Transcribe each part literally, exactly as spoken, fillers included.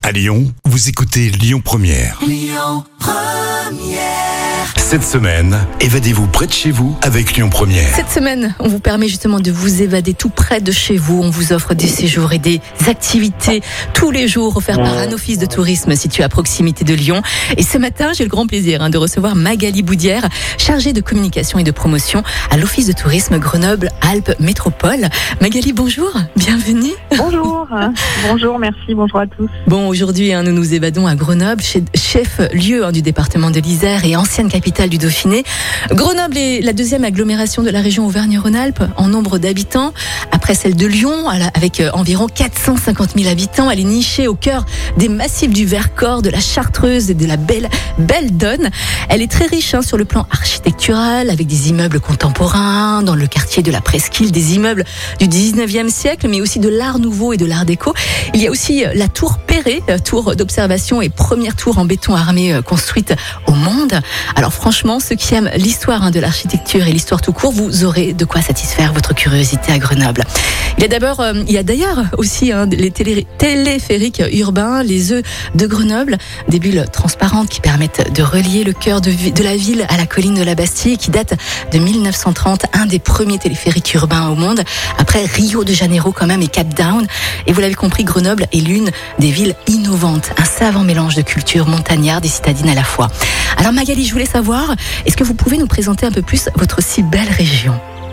À Lyon, vous écoutez Lyon Première. Lyon Première. Cette semaine, évadez-vous près de chez vous avec Lyon Première. Cette semaine, on vous permet justement de vous évader tout près de chez vous. On vous offre des séjours et des activités tous les jours offerts par un office de tourisme situé à proximité de Lyon. Et ce matin, j'ai le grand plaisir hein, de recevoir Magali Boudière, chargée de communication et de promotion à l'office de tourisme Grenoble-Alpes Métropole. Magali, bonjour, bienvenue. Bonjour, bonjour, merci, bonjour à tous. Bon, aujourd'hui, hein, nous nous évadons à Grenoble, chef-lieu hein, du département de l'Isère et ancienne capitale du Dauphiné. Grenoble est la deuxième agglomération de la région Auvergne-Rhône-Alpes en nombre d'habitants, après celle de Lyon, avec environ quatre cent cinquante mille habitants. Elle est nichée au cœur des massifs du Vercors, de la Chartreuse et de la Belle, Belle Donne. Elle est très riche hein, sur le plan architectural, avec des immeubles contemporains, dans le quartier de la Presqu'île, des immeubles du dix-neuvième siècle, mais aussi de l'art nouveau et de l'art déco. Il y a aussi la tour Perret, tour d'observation et première tour en béton armé construite au monde. Alors franchement, ceux qui aiment l'histoire hein, de l'architecture et l'histoire tout court, vous aurez de quoi satisfaire votre curiosité à Grenoble. Il y a d'abord, euh, il y a d'ailleurs aussi hein, les télé- téléphériques urbains, les œufs de Grenoble, des bulles transparentes qui permettent de relier le cœur de, de la ville à la colline de la Bastille, qui date de mille neuf cent trente, un des premiers téléphériques urbains au monde, après Rio de Janeiro quand même et Cap Town. Et vous l'avez compris, Grenoble est l'une des villes innovantes, un savant mélange de culture montagnarde et citadine à la fois. Alors Magali, je voulais savoir, est-ce que vous pouvez nous présenter un peu plus votre si belle région ?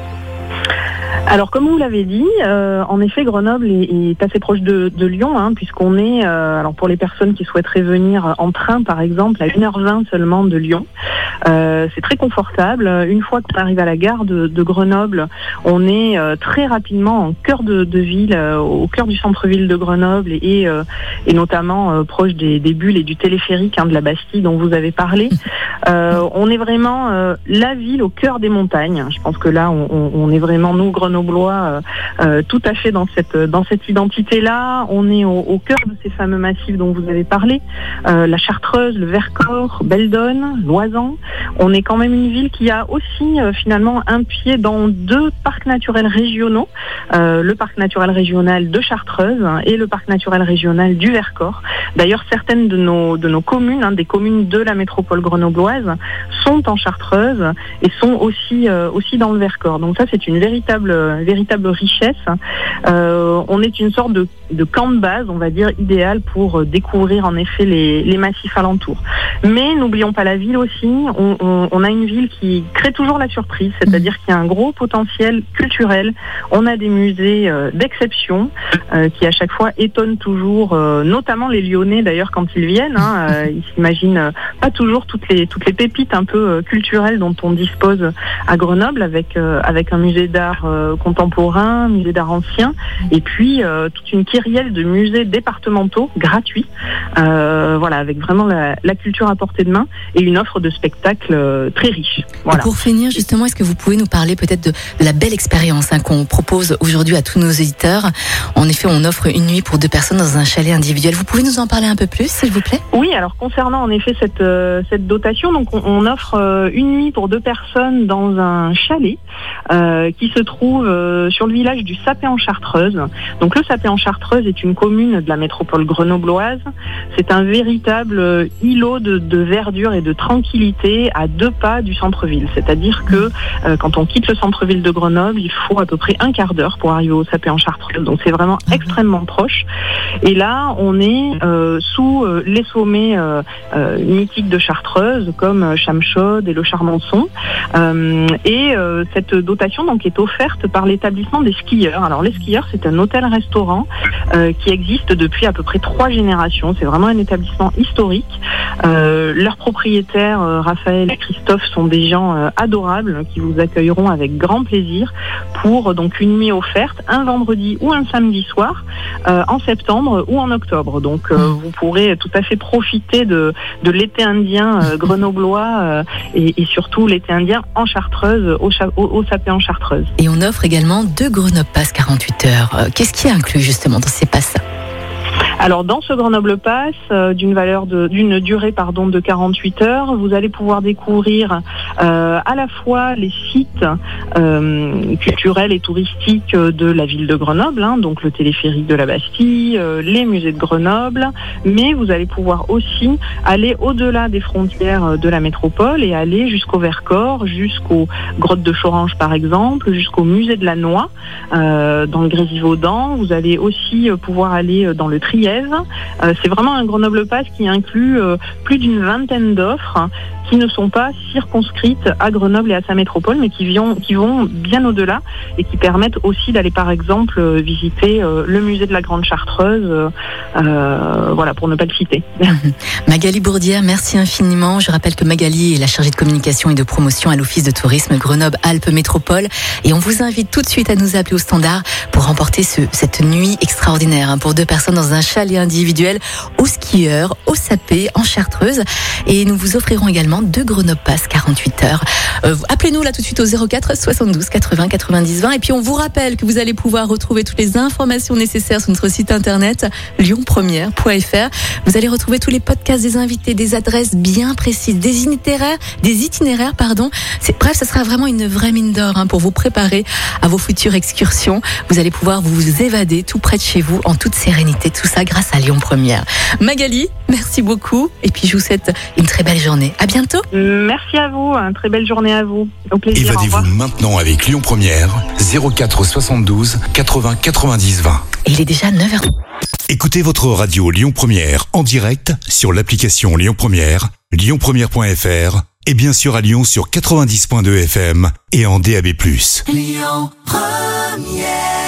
Alors comme vous l'avez dit, euh, en effet Grenoble est, est assez proche de, de Lyon, hein, puisqu'on est, euh, alors pour les personnes qui souhaiteraient venir en train par exemple, à une heure vingt seulement de Lyon. Euh, c'est très confortable. Une fois qu'on arrive à la gare de, de Grenoble, on est euh, très rapidement en cœur de, de ville, euh, au cœur du centre-ville de Grenoble et, et, euh, et notamment euh, proche des, des bulles et du téléphérique hein, de la Bastille dont vous avez parlé. Euh, on est vraiment euh, la ville au cœur des montagnes. Je pense que là, on, on est vraiment, nous, Grenoblois, euh, euh, tout à fait dans cette, dans cette identité-là. On est au, au cœur de ces fameux massifs dont vous avez parlé. Euh, la Chartreuse, le Vercors, Belle Donne, Loisan. On est quand même une ville qui a aussi euh, finalement un pied dans deux parcs naturels régionaux. Euh, le parc naturel régional de Chartreuse hein, et le parc naturel régional du Vercors. D'ailleurs, certaines de nos, de nos communes, hein, des communes de la métropole grenobloise, sont en Chartreuse et sont aussi, euh, aussi dans le Vercors. Donc ça, c'est une véritable, euh, véritable richesse. Euh, on est une sorte de, de camp de base, on va dire, idéal pour découvrir en effet les, les massifs alentours. Mais n'oublions pas la ville aussi. On, on, on a une ville qui crée toujours la surprise, c'est-à-dire qu'il y a un gros potentiel culturel. On a des musées euh, d'exception euh, qui à chaque fois étonnent toujours, euh, notamment les Lyonnais d'ailleurs quand ils viennent. Hein, euh, ils s'imaginent euh, pas toujours toutes les toutes les pépites un peu euh, culturelles dont on dispose à Grenoble avec euh, avec un musée d'art euh, contemporain, un musée d'art ancien, et puis euh, toute une kyrielle de musées départementaux gratuits. Euh, voilà, avec vraiment la, la culture à portée de main et une offre de spectacles euh, très riche. Voilà. Et pour finir, justement, est-ce que vous pouvez nous parler peut-être de, de la belle expérience hein, qu'on propose aujourd'hui à tous nos auditeurs ? En effet, on offre une nuit pour deux personnes dans un chalet individuel. Vous pouvez nous en parler un peu plus, s'il vous plaît ? Oui, alors concernant en effet cette euh, cette dotation, donc on, on offre euh, une nuit pour deux personnes dans un chalet euh, qui se trouve euh, sur le village du Sapé en Chartreuse. Donc le Sapé en Chartreuse est une commune de la métropole grenobloise. C'est un véritable euh, îlot de, de verdure et de tranquillité à deux pas du centre-ville. C'est-à-dire que euh, quand on quitte le centre-ville de Grenoble, il faut à peu près un quart d'heure pour arriver au Sapé en Chartreuse. Donc c'est vraiment extrêmement proche. Et là, on est euh, sous euh, les sommets euh, euh, mythiques de Chartreuse, comme euh, Chamechaude et le Charmançon. Euh, et euh, cette dotation donc est offerte par l'établissement des skieurs. Alors les skieurs, c'est un hôtel-restaurant euh, qui existe depuis à peu près trois générations. C'est vraiment un établissement historique. Euh, leurs propriétaires, euh, Raphaël et Christophe, sont des gens euh, adorables qui vous accueilleront avec grand plaisir pour euh, donc une nuit offerte un vendredi ou un samedi soir euh, en septembre ou en octobre. Donc euh, vous pourrez tout à fait profiter de, de l'été indien euh, grenoblois euh, et, et surtout l'été indien en Chartreuse, au, au, au Sapé en Chartreuse. Et on offre également deux Grenoble Pass quarante-huit heures. Euh, qu'est-ce qui est inclus justement dans ces passes ? Alors dans ce Grenoble Pass, euh, d'une valeur de, d'une durée pardon de quarante-huit heures, vous allez pouvoir découvrir euh, à la fois les sites euh, culturels et touristiques de la ville de Grenoble, hein, donc le téléphérique de la Bastille, euh, les musées de Grenoble, mais vous allez pouvoir aussi aller au-delà des frontières de la métropole et aller jusqu'au Vercors, jusqu'aux grottes de Chorange par exemple, jusqu'au musée de la Noix, euh, dans le Grésivaudan. Vous allez aussi euh, pouvoir aller dans le Trièves. Euh, c'est vraiment un Grenoble Pass qui inclut euh, plus d'une vingtaine d'offres hein, qui ne sont pas circonscrites à Grenoble et à sa métropole, mais qui, viennent, qui vont bien au-delà et qui permettent aussi d'aller par exemple euh, visiter euh, le musée de la Grande Chartreuse, euh, euh, voilà, pour ne pas le citer. Magali Bourdière, merci infiniment. Je rappelle que Magali est la chargée de communication et de promotion à l'Office de tourisme Grenoble-Alpes Métropole, et on vous invite tout de suite à nous appeler au standard pour remporter ce, cette nuit extraordinaire hein, pour deux personnes dans un chalet individuel au skieur, au Sapé, en Chartreuse, et nous vous offrirons également deux Grenoble Pass quarante-huit heures. Euh, appelez-nous là tout de suite au zéro quatre soixante-douze quatre-vingts quatre-vingt-dix vingt, et puis on vous rappelle que vous allez pouvoir retrouver toutes les informations nécessaires sur notre site internet lyon première point f r. Vous allez retrouver tous les podcasts des invités, des adresses bien précises, des itinéraires, des itinéraires pardon. C'est, bref, ça sera vraiment une vraie mine d'or hein, pour vous préparer à vos futures excursions. Vous allez pouvoir vous évader tout près de chez vous en toute sérénité, tout ça grâce à Lyon Première. Magali, merci beaucoup, et puis je vous souhaite une très belle journée. À bientôt. Merci à vous, une très belle journée à vous. Au plaisir. Évadez-vous maintenant avec Lyon Première, zéro quatre soixante-douze quatre-vingts quatre-vingt-dix vingt. Et il est déjà neuf heures. Écoutez votre radio Lyon Première en direct sur l'application Lyon Première, lyon première point f r, et bien sûr à Lyon sur quatre-vingt-dix point deux F M et en D A B plus. Lyon Première.